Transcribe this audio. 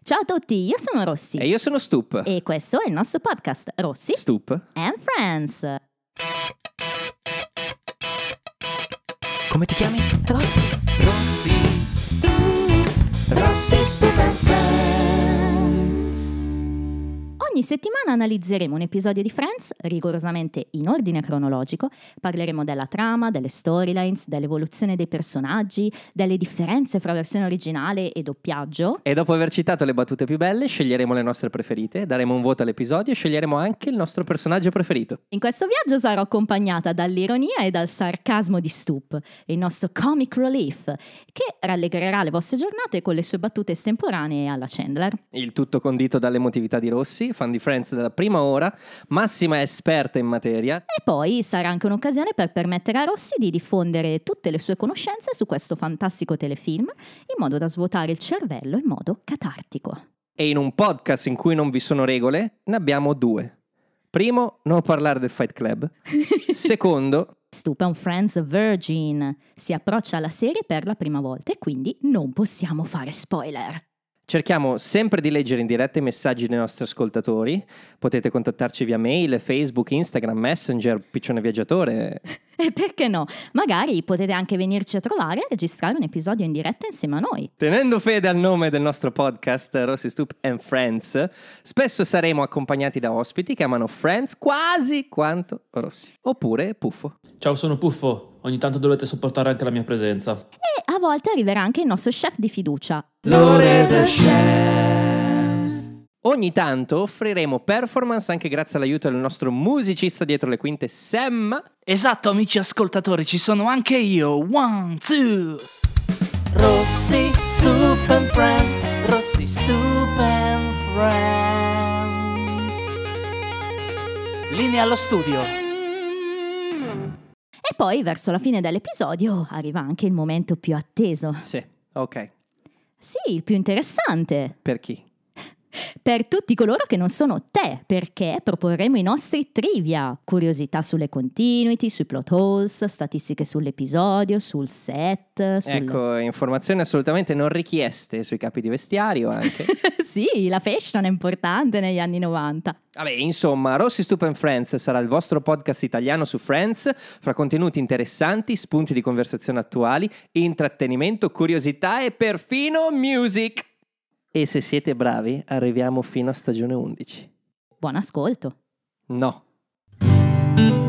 Ciao a tutti, io sono Rossi. E io sono Stup. E questo è il nostro podcast Rossi Stup and Friends. Come ti chiami? Rossi, Rossi Stup and Friends. Ogni settimana analizzeremo un episodio di Friends rigorosamente in ordine cronologico, parleremo della trama, delle storylines, dell'evoluzione dei personaggi, delle differenze fra versione originale e doppiaggio. E dopo aver citato le battute più belle, sceglieremo le nostre preferite, daremo un voto all'episodio e sceglieremo anche il nostro personaggio preferito. In questo viaggio sarò accompagnata dall'ironia e dal sarcasmo di Stup, il nostro comic relief, che rallegrerà le vostre giornate con le sue battute estemporanee alla Chandler. Il tutto condito dall'emotività di Rossi, fan di Friends dalla prima ora, massima esperta in materia. E poi sarà anche un'occasione per permettere a Rossi di diffondere tutte le sue conoscenze su questo fantastico telefilm, in modo da svuotare il cervello in modo catartico. E in un podcast in cui non vi sono regole, ne abbiamo due. Primo, non parlare del Fight Club. Secondo, Stup è un Friends virgin, si approccia alla serie per la prima volta e quindi non possiamo fare spoiler. cerchiamo sempre di leggere in diretta i messaggi dei nostri ascoltatori. Potete contattarci via mail, Facebook, Instagram, Messenger, Piccione Viaggiatore. E perché no? Magari potete anche venirci a trovare e registrare un episodio in diretta insieme a noi. Tenendo fede al nome del nostro podcast, Rossi Stup and Friends, spesso saremo accompagnati da ospiti che amano Friends quasi quanto Rossi. Oppure Puffo. Ciao, sono Puffo. Ogni tanto dovete sopportare anche la mia presenza. E a volte arriverà anche il nostro chef di fiducia. Lore the Chef. Ogni tanto offriremo performance anche grazie all'aiuto del nostro musicista dietro le quinte, Sam. Esatto, amici ascoltatori, ci sono anche io. 1, 2. Rossi Stup and Friends. Rossi Stup and Friends. Linea allo studio. E poi, verso la fine dell'episodio, arriva anche il momento più atteso. Sì, ok. Sì, il più interessante. Per chi? Per tutti coloro che non sono te, perché proporremo i nostri trivia, curiosità sulle continuity, sui plot holes, statistiche sull'episodio, sul set, Ecco, informazioni assolutamente non richieste sui capi di vestiario anche. Sì, la fashion è importante negli anni 90. Vabbè, insomma, Rossi Stup and Friends sarà il vostro podcast italiano su Friends, fra contenuti interessanti, spunti di conversazione attuali, intrattenimento, curiosità e perfino music. E se siete bravi, arriviamo fino a stagione 11. Buon ascolto. No.